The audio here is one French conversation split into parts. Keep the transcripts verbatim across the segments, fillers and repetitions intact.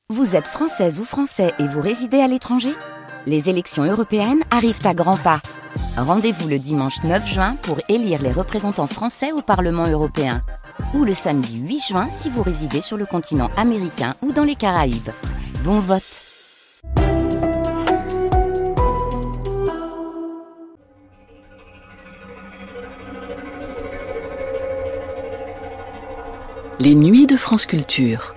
Vous êtes française ou français et vous résidez à l'étranger ? Les élections européennes arrivent à grands pas. Rendez-vous le dimanche neuf juin pour élire les représentants français au Parlement européen. Ou le samedi huit juin si vous résidez sur le continent américain ou dans les Caraïbes. Bon vote! Les nuits de France Culture.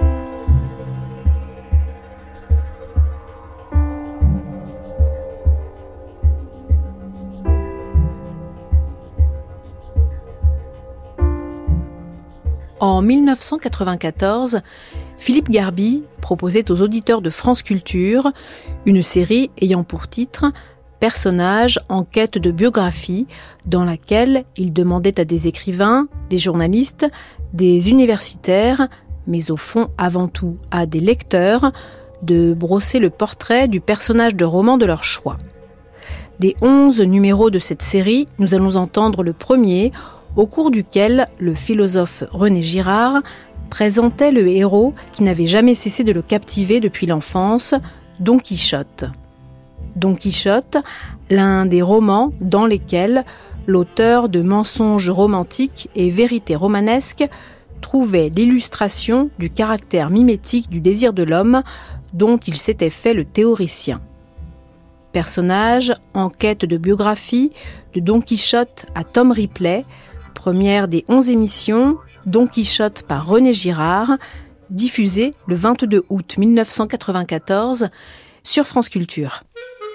En mille neuf cent quatre-vingt-quatorze, Philippe Garby proposait aux auditeurs de France Culture une série ayant pour titre « Personnages en quête de biographie » dans laquelle il demandait à des écrivains, des journalistes, des universitaires, mais au fond avant tout à des lecteurs, de brosser le portrait du personnage de roman de leur choix. Des onze numéros de cette série, nous allons entendre le premier, au cours duquel le philosophe René Girard présentait le héros qui n'avait jamais cessé de le captiver depuis l'enfance, Don Quichotte. Don Quichotte, l'un des romans dans lesquels l'auteur de Mensonges romantiques et Vérités romanesques trouvait l'illustration du caractère mimétique du désir de l'homme dont il s'était fait le théoricien. Personnage en quête de biographie de Don Quichotte à Tom Ripley, première des onze émissions, Don Quichotte par René Girard, diffusée le vingt-deux août mille neuf cent quatre-vingt-quatorze sur France Culture.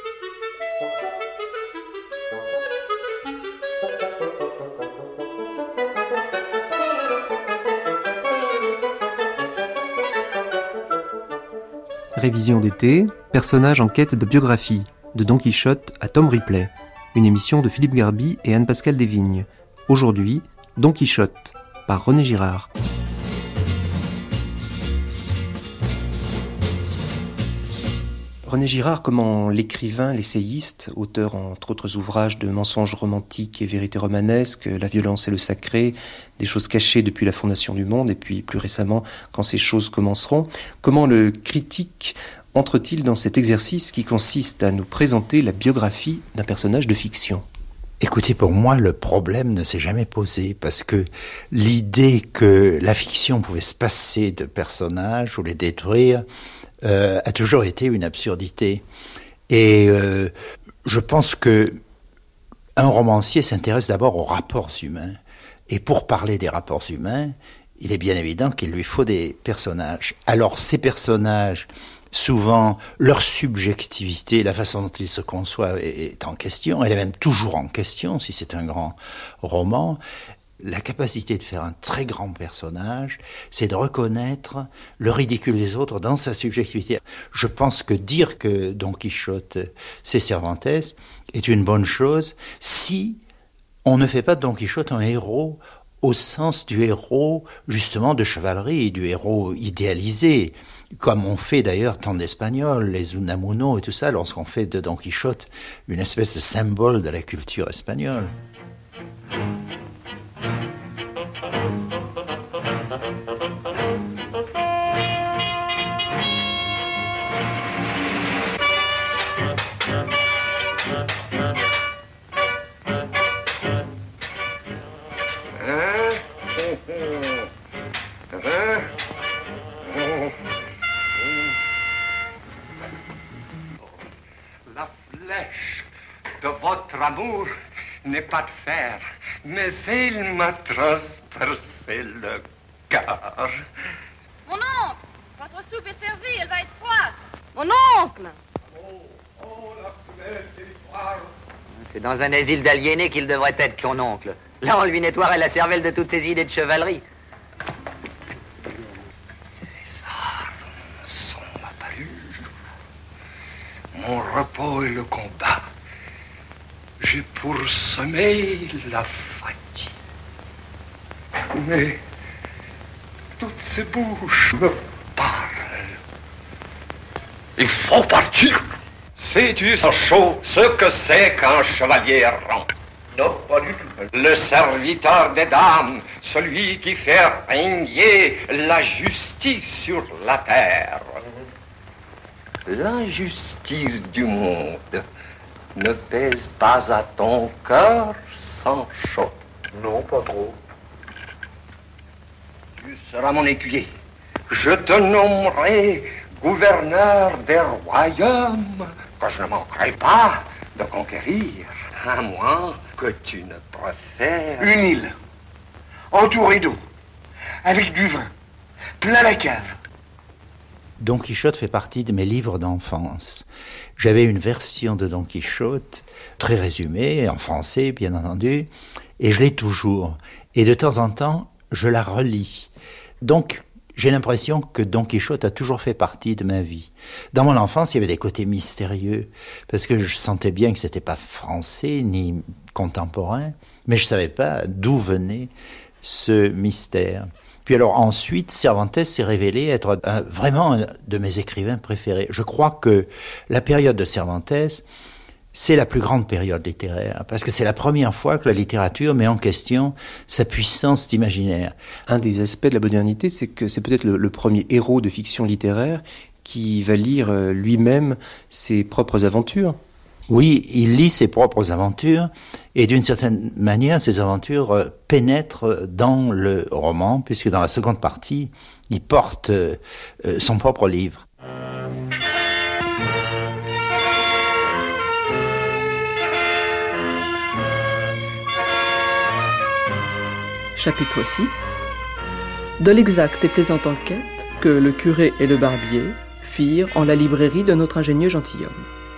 Révision d'été, personnage en quête de biographie, de Don Quichotte à Tom Ripley, une émission de Philippe Garby et Anne-Pascale Desvignes. Aujourd'hui, Don Quichotte, par René Girard. René Girard, comment l'écrivain, l'essayiste, auteur entre autres ouvrages de Mensonges romantiques et Vérités romanesques, La violence et le sacré, Des choses cachées depuis la fondation du monde, et puis plus récemment, Quand ces choses commenceront, comment le critique entre-t-il dans cet exercice qui consiste à nous présenter la biographie d'un personnage de fiction ? Écoutez, pour moi, le problème ne s'est jamais posé parce que l'idée que la fiction pouvait se passer de personnages ou les détruire euh, a toujours été une absurdité. Et euh, je pense que un romancier s'intéresse d'abord aux rapports humains. Et pour parler des rapports humains, il est bien évident qu'il lui faut des personnages. Alors, ces personnages, souvent, leur subjectivité, la façon dont ils se conçoivent est en question. Elle est même toujours en question, si c'est un grand roman. La capacité de faire un très grand personnage, c'est de reconnaître le ridicule des autres dans sa subjectivité. Je pense que dire que Don Quichotte, c'est Cervantes, est une bonne chose si on ne fait pas de Don Quichotte un héros au sens du héros, justement, de chevalerie, du héros idéalisé, comme on fait d'ailleurs tant d'Espagnols, les Unamuno et tout ça, lorsqu'on fait de Don Quichotte une espèce de symbole de la culture espagnole. La flèche de votre amour n'est pas de fer, mais il m'a transpercé le cœur. Mon oncle, votre soupe est servie, elle va être froide. Mon oncle! Oh, oh, la flèche d'histoire. C'est dans un asile d'aliénés qu'il devrait être, ton oncle. Là, on lui nettoierait la cervelle de toutes ses idées de chevalerie. Les armes sont ma parure. Mon repos est le combat. J'ai pour sommeil la fatigue. Mais toutes ces bouches me parlent. Il faut partir. Sais-tu, Sancho, ce que c'est qu'un chevalier errant? Non, pas du tout. Le serviteur des dames, celui qui fait régner la justice sur la terre. L'injustice du monde ne pèse pas à ton cœur sans choc. Non, pas trop. Tu seras mon écuyer. Je te nommerai gouverneur des royaumes que je ne manquerai pas de conquérir, à moins que tu ne préfères... Une île, entourée d'eau, avec du vin, plein la cave. Don Quichotte fait partie de mes livres d'enfance. J'avais une version de Don Quichotte, très résumée, en français bien entendu, et je l'ai toujours. Et de temps en temps, je la relis. Donc, j'ai l'impression que Don Quichotte a toujours fait partie de ma vie. Dans mon enfance, il y avait des côtés mystérieux, parce que je sentais bien que c'était pas français ni contemporain, mais je savais pas d'où venait ce mystère. Puis alors ensuite, Cervantes s'est révélé être un, vraiment un de mes écrivains préférés. Je crois que la période de Cervantes, c'est la plus grande période littéraire, parce que c'est la première fois que la littérature met en question sa puissance d'imaginaire. Un des aspects de la modernité, c'est que c'est peut-être le, le premier héros de fiction littéraire qui va lire lui-même ses propres aventures. Oui, il lit ses propres aventures, et d'une certaine manière, ces aventures pénètrent dans le roman, puisque dans la seconde partie, il porte euh, son propre livre. Chapitre six. De l'exacte et plaisante enquête que le curé et le barbier firent en la librairie de notre ingénieux gentilhomme.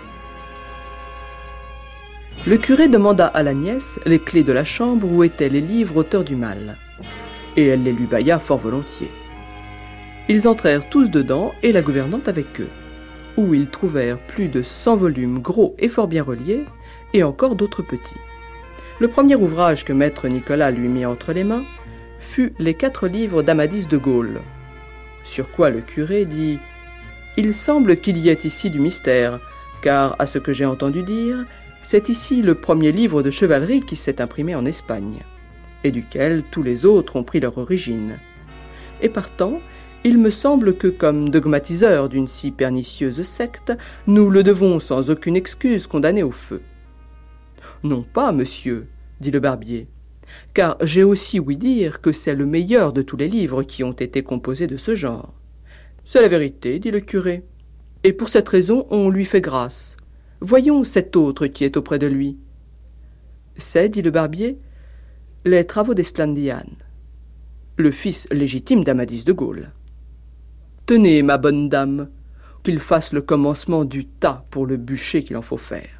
Le curé demanda à la nièce les clés de la chambre où étaient les livres auteurs du mal, et elle les lui bailla fort volontiers. Ils entrèrent tous dedans et la gouvernante avec eux, où ils trouvèrent plus de cent volumes gros et fort bien reliés, et encore d'autres petits. Le premier ouvrage que maître Nicolas lui mit entre les mains fut les quatre livres d'Amadis de Gaule. Sur quoi le curé dit « Il semble qu'il y ait ici du mystère, car, à ce que j'ai entendu dire, c'est ici le premier livre de chevalerie qui s'est imprimé en Espagne, et duquel tous les autres ont pris leur origine. Et partant, il me semble que, comme dogmatiseurs d'une si pernicieuse secte, nous le devons sans aucune excuse condamner au feu. » « Non pas, monsieur, dit le barbier, car j'ai aussi ouï dire que c'est le meilleur de tous les livres qui ont été composés de ce genre. C'est la vérité, dit le curé, et pour cette raison on lui fait grâce. Voyons cet autre qui est auprès de lui. C'est, dit le barbier, les travaux d'Esplandian, le fils légitime d'Amadis de Gaule. Tenez, ma bonne dame, qu'il fasse le commencement du tas pour le bûcher qu'il en faut faire.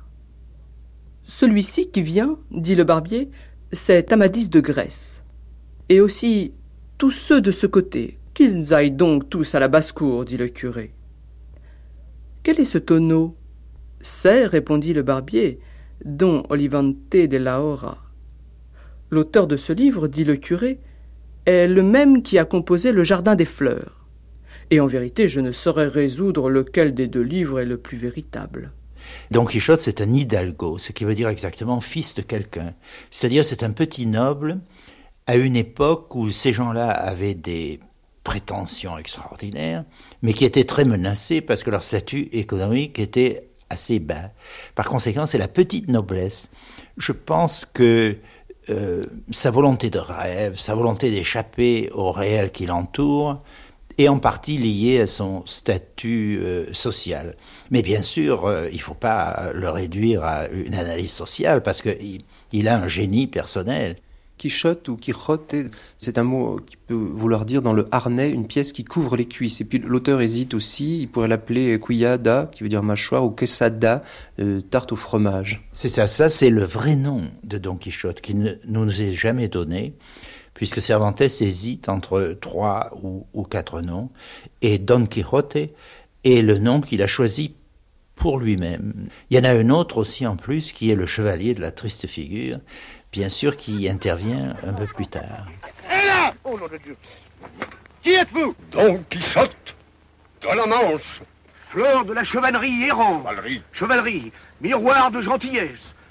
Celui-ci qui vient, dit le barbier, c'est Amadis de Grèce. Et aussi tous ceux de ce côté, qu'ils aillent donc tous à la basse-cour, dit le curé. Quel est ce tonneau? C'est, répondit le barbier, Don Olivante de la Hora. L'auteur de ce livre, dit le curé, est le même qui a composé le Jardin des fleurs. Et en vérité, je ne saurais résoudre lequel des deux livres est le plus véritable. Don Quichotte, c'est un hidalgo, ce qui veut dire exactement fils de quelqu'un. C'est-à-dire, c'est un petit noble à une époque où ces gens-là avaient des prétentions extraordinaires, mais qui étaient très menacés parce que leur statut économique était assez bas. Par conséquent, c'est la petite noblesse. Je pense que euh, sa volonté de rêve, sa volonté d'échapper au réel qui l'entoure, est en partie liée à son statut euh, social. Mais bien sûr, euh, il ne faut pas le réduire à une analyse sociale, parce qu'il il a un génie personnel. Quichotte ou Quijote, c'est un mot qui peut vouloir dire dans le harnais une pièce qui couvre les cuisses. Et puis l'auteur hésite aussi, il pourrait l'appeler cuillada, qui veut dire mâchoire, ou quesada, euh, tarte au fromage. C'est ça, ça c'est le vrai nom de Don Quichotte, qui ne nous est jamais donné, puisque Cervantes hésite entre trois ou, ou quatre noms, et Don Quijote est le nom qu'il a choisi pour lui-même. Il y en a un autre aussi en plus, qui est le chevalier de la triste figure, bien sûr, qui intervient un peu plus tard. Et là, oh nom de Dieu, qui êtes-vous? Don Quichotte de la Manche. Fleur de la chevalerie errant. Chevalerie. Chevalerie, miroir de gentillesse,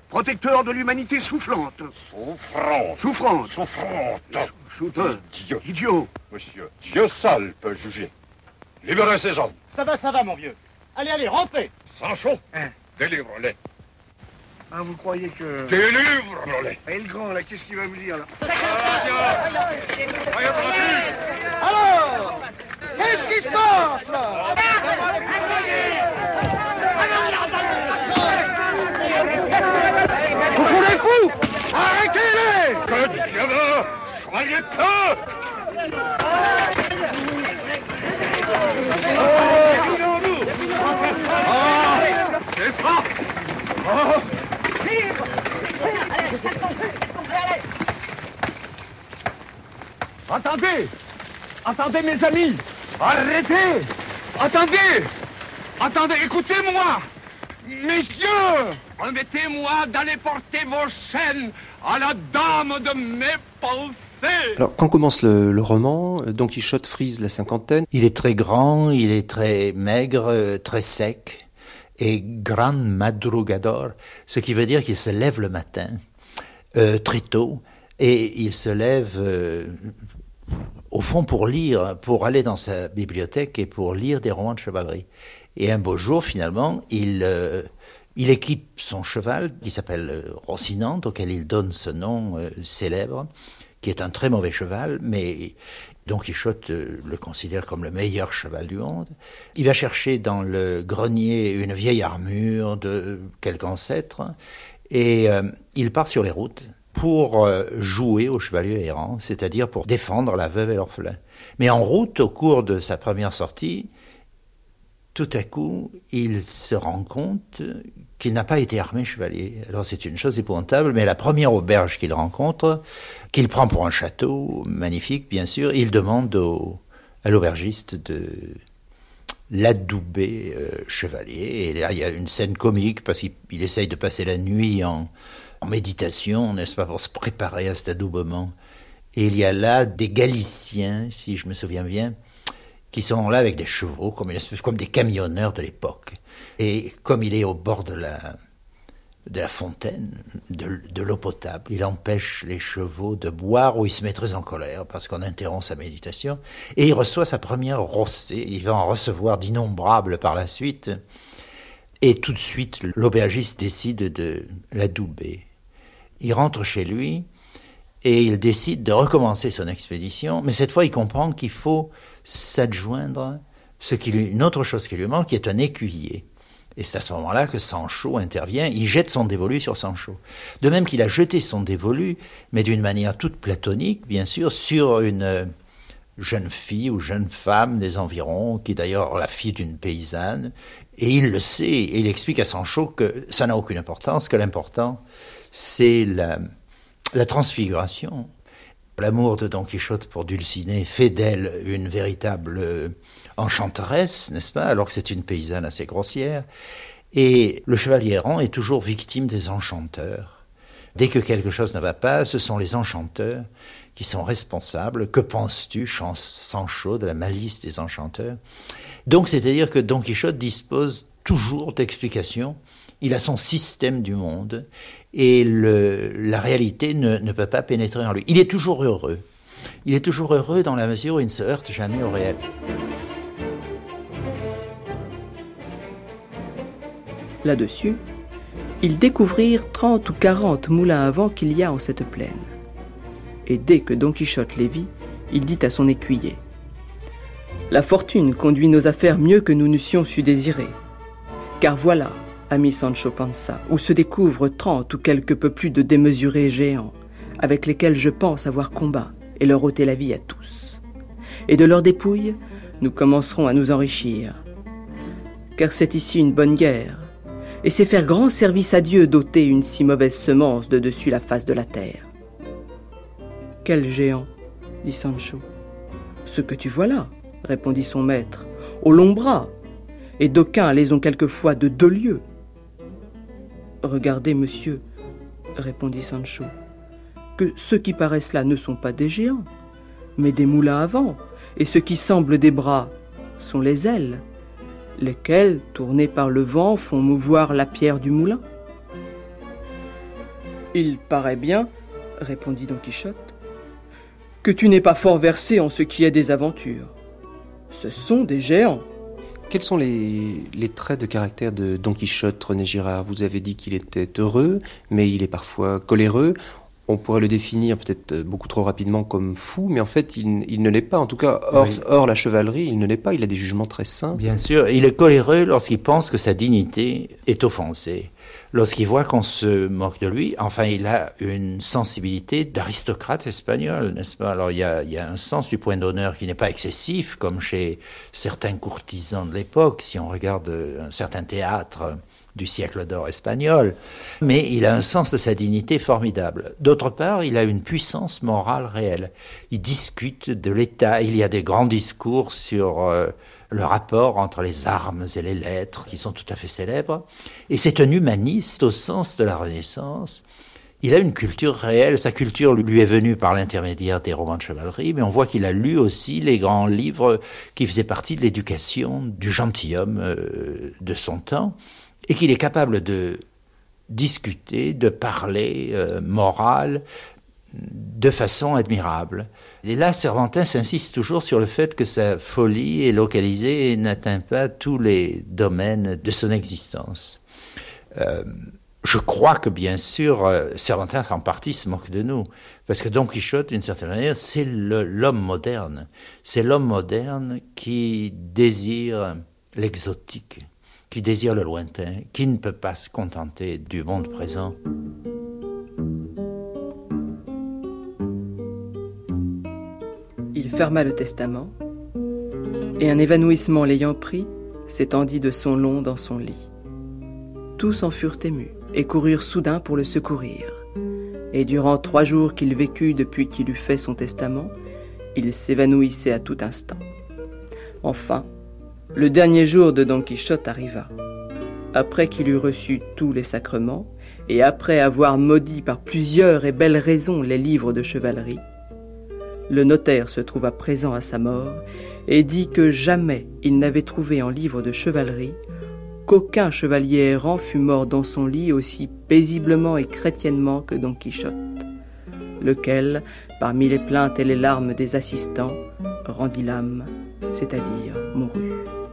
protecteur de l'humanité soufflante. Souffrante. Souffrante. Souffrante. Souffrante. Idiot. Idiot. Monsieur, Dieu seul peut juger. Libérez ces hommes. Ça va, ça va, mon vieux. Allez, allez, rampez. Sancho, Hein? délivre-les. Ah, vous croyez que... Délivre-les. Et le grand, là, qu'est-ce qu'il va me dire, là? Alors, qu'est-ce qui se passe, là? Vous sont des fous! Arrêtez-les! Que Dieu veut, soyez peu. Ah, C'est ça. Oh. Attendez! Attendez, mes amis! Arrêtez! Attendez! Attendez, écoutez-moi! Messieurs! Permettez-moi d'aller porter vos chaînes à la dame de mes pensées! Alors, quand commence le, le roman, Don Quichotte frise la cinquantaine. Il est très grand, il est très maigre, très sec, et gran madrugador, ce qui veut dire qu'il se lève le matin, euh, très tôt, et il se lève, euh, au fond, pour lire, pour aller dans sa bibliothèque et pour lire des romans de chevalerie. Et un beau jour, finalement, il... Euh, Il équipe son cheval, qui s'appelle Rocinante, auquel il donne ce nom euh, célèbre, qui est un très mauvais cheval, mais Don Quichotte euh, le considère comme le meilleur cheval du monde. Il va chercher dans le grenier une vieille armure de quelque ancêtre, et euh, il part sur les routes pour euh, jouer au chevalier errant, c'est-à-dire pour défendre la veuve et l'orphelin. Mais en route, au cours de sa première sortie, tout à coup, il se rend compte qu'il n'a pas été armé chevalier. Alors c'est une chose épouvantable, mais la première auberge qu'il rencontre, qu'il prend pour un château, magnifique bien sûr, il demande au, à l'aubergiste de l'adouber euh, chevalier. Et là, il y a une scène comique, parce qu'il il essaye de passer la nuit en, en méditation, n'est-ce pas, pour se préparer à cet adoubement. Et il y a là des Galiciens, si je me souviens bien, qui sont là avec des chevaux, comme, une espèce, comme des camionneurs de l'époque. Et comme il est au bord de la, de la fontaine, de, de l'eau potable, il empêche les chevaux de boire, ou il se met très en colère parce qu'on interrompt sa méditation. Et il reçoit sa première rossée, il va en recevoir d'innombrables par la suite. Et tout de suite, l'aubergiste décide de l'adouber. Il rentre chez lui et il décide de recommencer son expédition, mais cette fois il comprend qu'il faut s'adjoindre ce qui lui, une autre chose qui lui manque, qui est un écuyer. Et c'est à ce moment-là que Sancho intervient, il jette son dévolu sur Sancho. De même qu'il a jeté son dévolu, mais d'une manière toute platonique, bien sûr, sur une jeune fille ou jeune femme des environs, qui est d'ailleurs la fille d'une paysanne, et il le sait, et il explique à Sancho que ça n'a aucune importance, que l'important, c'est la, la transfiguration. L'amour de Don Quichotte pour Dulcinée fait d'elle une véritable enchanteresse, n'est-ce pas, alors que c'est une paysanne assez grossière. Et le chevalier errant est toujours victime des enchanteurs. Dès que quelque chose ne va pas, ce sont les enchanteurs qui sont responsables. Que penses-tu, Sancho, de la malice des enchanteurs? Donc, c'est-à-dire que Don Quichotte dispose toujours d'explications. Il a son système du monde et le, la réalité ne, ne peut pas pénétrer en lui. Il est toujours heureux. Il est toujours heureux dans la mesure où il ne se heurte jamais au réel. Là-dessus, ils découvrirent trente ou quarante moulins à vent qu'il y a en cette plaine. Et dès que Don Quichotte les vit, il dit à son écuyer : « La fortune conduit nos affaires mieux que nous n'eussions su désirer. Car voilà, ami Sancho Panza, où se découvrent trente ou quelque peu plus de démesurés géants, avec lesquels je pense avoir combat et leur ôter la vie à tous. Et de leurs dépouilles, nous commencerons à nous enrichir. Car c'est ici une bonne guerre, et c'est faire grand service à Dieu d'ôter une si mauvaise semence de dessus la face de la terre. » « Quel géant ?» dit Sancho. « Ce que tu vois là, » répondit son maître, « aux longs bras, et d'aucuns les ont quelquefois de deux lieues. »« Regardez, monsieur, » répondit Sancho, « que ceux qui paraissent là ne sont pas des géants, mais des moulins à vent, et ce qui semblent des bras sont les ailes, lesquelles, tournées par le vent, font mouvoir la pierre du moulin. » Il paraît bien, répondit Don Quichotte, que tu n'es pas fort versé en ce qui est des aventures. Ce sont des géants. Quels sont les, les traits de caractère de Don Quichotte, René Girard? Vous avez dit qu'il était heureux, mais il est parfois coléreux. On pourrait le définir peut-être beaucoup trop rapidement comme fou, mais en fait, il, il ne l'est pas. En tout cas, hors, oui. hors la chevalerie, il ne l'est pas. Il a des jugements très sains. Bien sûr, il est coléreux lorsqu'il pense que sa dignité est offensée. Lorsqu'il voit qu'on se moque de lui, enfin, il a une sensibilité d'aristocrate espagnol, n'est-ce pas? Alors, il y a, il y a un sens du point d'honneur qui n'est pas excessif, comme chez certains courtisans de l'époque, si on regarde un certain théâtre du siècle d'or espagnol, mais il a un sens de sa dignité formidable. D'autre part, il a une puissance morale réelle. Il discute de l'État, il y a des grands discours sur euh, le rapport entre les armes et les lettres, qui sont tout à fait célèbres, et c'est un humaniste au sens de la Renaissance. Il a une culture réelle, sa culture lui est venue par l'intermédiaire des romans de chevalerie, mais on voit qu'il a lu aussi les grands livres qui faisaient partie de l'éducation du gentilhomme euh, de son temps, et qu'il est capable de discuter, de parler euh, morale de façon admirable. Et là, Cervantin insiste toujours sur le fait que sa folie est localisée et n'atteint pas tous les domaines de son existence. Euh, je crois que, bien sûr, Cervantin, en partie, se moque de nous. Parce que Don Quichotte, d'une certaine manière, c'est le, l'homme moderne. C'est l'homme moderne qui désire l'exotique, qui désire le lointain, qui ne peut pas se contenter du monde présent. Il ferma le testament, et un évanouissement l'ayant pris, s'étendit de son long dans son lit. Tous en furent émus, et coururent soudain pour le secourir. Et durant trois jours qu'il vécut depuis qu'il eut fait son testament, il s'évanouissait à tout instant. Enfin, le dernier jour de Don Quichotte arriva. Après qu'il eut reçu tous les sacrements, et après avoir maudit par plusieurs et belles raisons les livres de chevalerie, le notaire se trouva présent à sa mort et dit que jamais il n'avait trouvé en livre de chevalerie qu'aucun chevalier errant fût mort dans son lit aussi paisiblement et chrétiennement que Don Quichotte, lequel, parmi les plaintes et les larmes des assistants, rendit l'âme, c'est-à-dire mourut.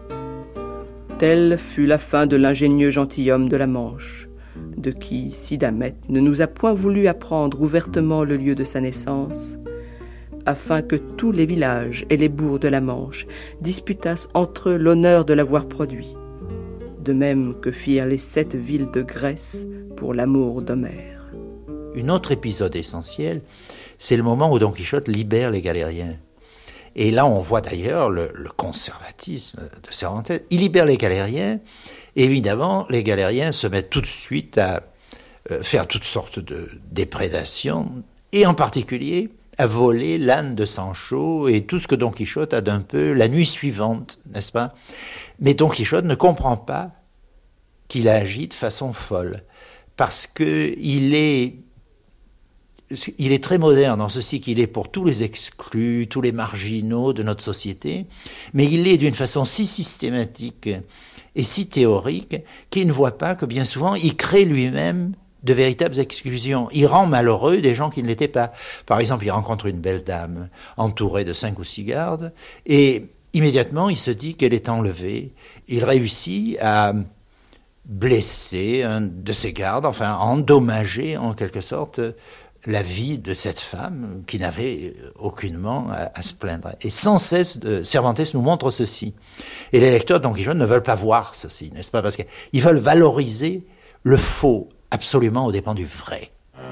Telle fut la fin de l'ingénieux gentilhomme de la Manche, de qui Sidamet ne nous a point voulu apprendre ouvertement le lieu de sa naissance, afin que tous les villages et les bourgs de la Manche disputassent entre eux l'honneur de l'avoir produit, de même que firent les sept villes de Grèce pour l'amour d'Homère. Un autre épisode essentiel, c'est le moment où Don Quichotte libère les galériens. Et là, on voit d'ailleurs le, le conservatisme de Cervantin. Il libère les galériens, et évidemment, les galériens se mettent tout de suite à euh, faire toutes sortes de déprédations, et en particulier à voler l'âne de Sancho et tout ce que Don Quichotte a d'un peu la nuit suivante, n'est-ce pas? Mais Don Quichotte ne comprend pas qu'il agit de façon folle, parce qu'il est... Il est très moderne en ceci qu'il est pour tous les exclus, tous les marginaux de notre société, mais il l'est d'une façon si systématique et si théorique qu'il ne voit pas que bien souvent il crée lui-même de véritables exclusions. Il rend malheureux des gens qui ne l'étaient pas. Par exemple, il rencontre une belle dame entourée de cinq ou six gardes et immédiatement il se dit qu'elle est enlevée. Il réussit à blesser un de ses gardes, enfin à endommager en quelque sorte la vie de cette femme qui n'avait aucunement à, à se plaindre. Et sans cesse, de, Cervantes nous montre ceci. Et les lecteurs de Don Quichotte ne veulent pas voir ceci, n'est-ce pas? Parce qu'ils veulent valoriser le faux absolument aux dépens du vrai.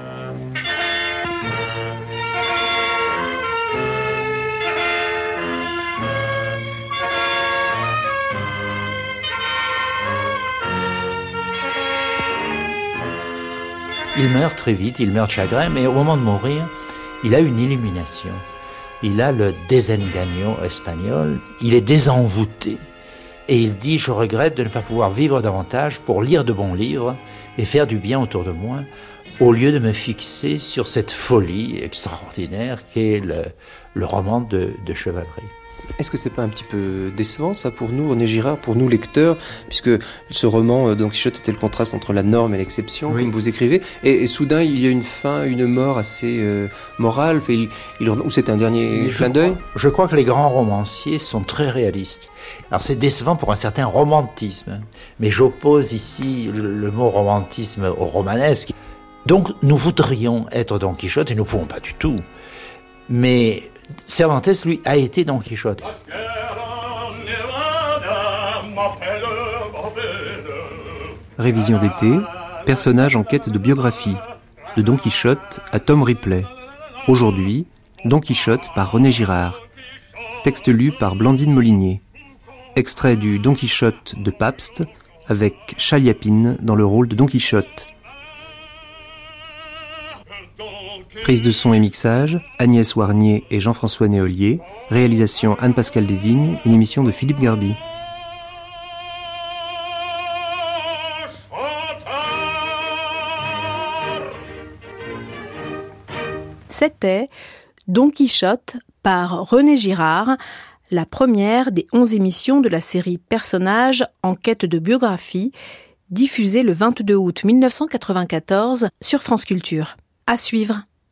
Il meurt très vite, il meurt de chagrin, mais au moment de mourir, il a une illumination. Il a le desengaño espagnol, il est désenvoûté. Et il dit « Je regrette de ne pas pouvoir vivre davantage pour lire de bons livres et faire du bien autour de moi, au lieu de me fixer sur cette folie extraordinaire qu'est le, le roman de, de chevalerie. » Est-ce que c'est pas un petit peu décevant ça pour nous, René Girard, pour nous lecteurs, puisque ce roman Don Quichotte c'était le contraste entre la norme et l'exception, oui. Comme vous écrivez, et, et soudain il y a une fin, une mort assez euh, morale, fait, il, il, ou c'était un dernier clin d'œil? Je crois que les grands romanciers sont très réalistes. Alors c'est décevant pour un certain romantisme, mais j'oppose ici le, le mot romantisme au romanesque. Donc nous voudrions être Don Quichotte et nous ne pouvons pas du tout, mais Cervantes, lui, a été Don Quichotte. Révision d'été, personnage en quête de biographie, de Don Quichotte à Tom Ripley. Aujourd'hui, Don Quichotte par René Girard. Texte lu par Blandine Molinier. Extrait du Don Quichotte de Pabst, avec Chaliapine dans le rôle de Don Quichotte. Prise de son et mixage, Agnès Warnier et Jean-François Néolier. Réalisation Anne-Pascale Desvignes, une émission de Philippe Garby. C'était Don Quichotte par René Girard, la première des onze émissions de la série Personnages en quête de biographie, diffusée le vingt-deux août mille neuf cent quatre-vingt-quatorze sur France Culture. À suivre.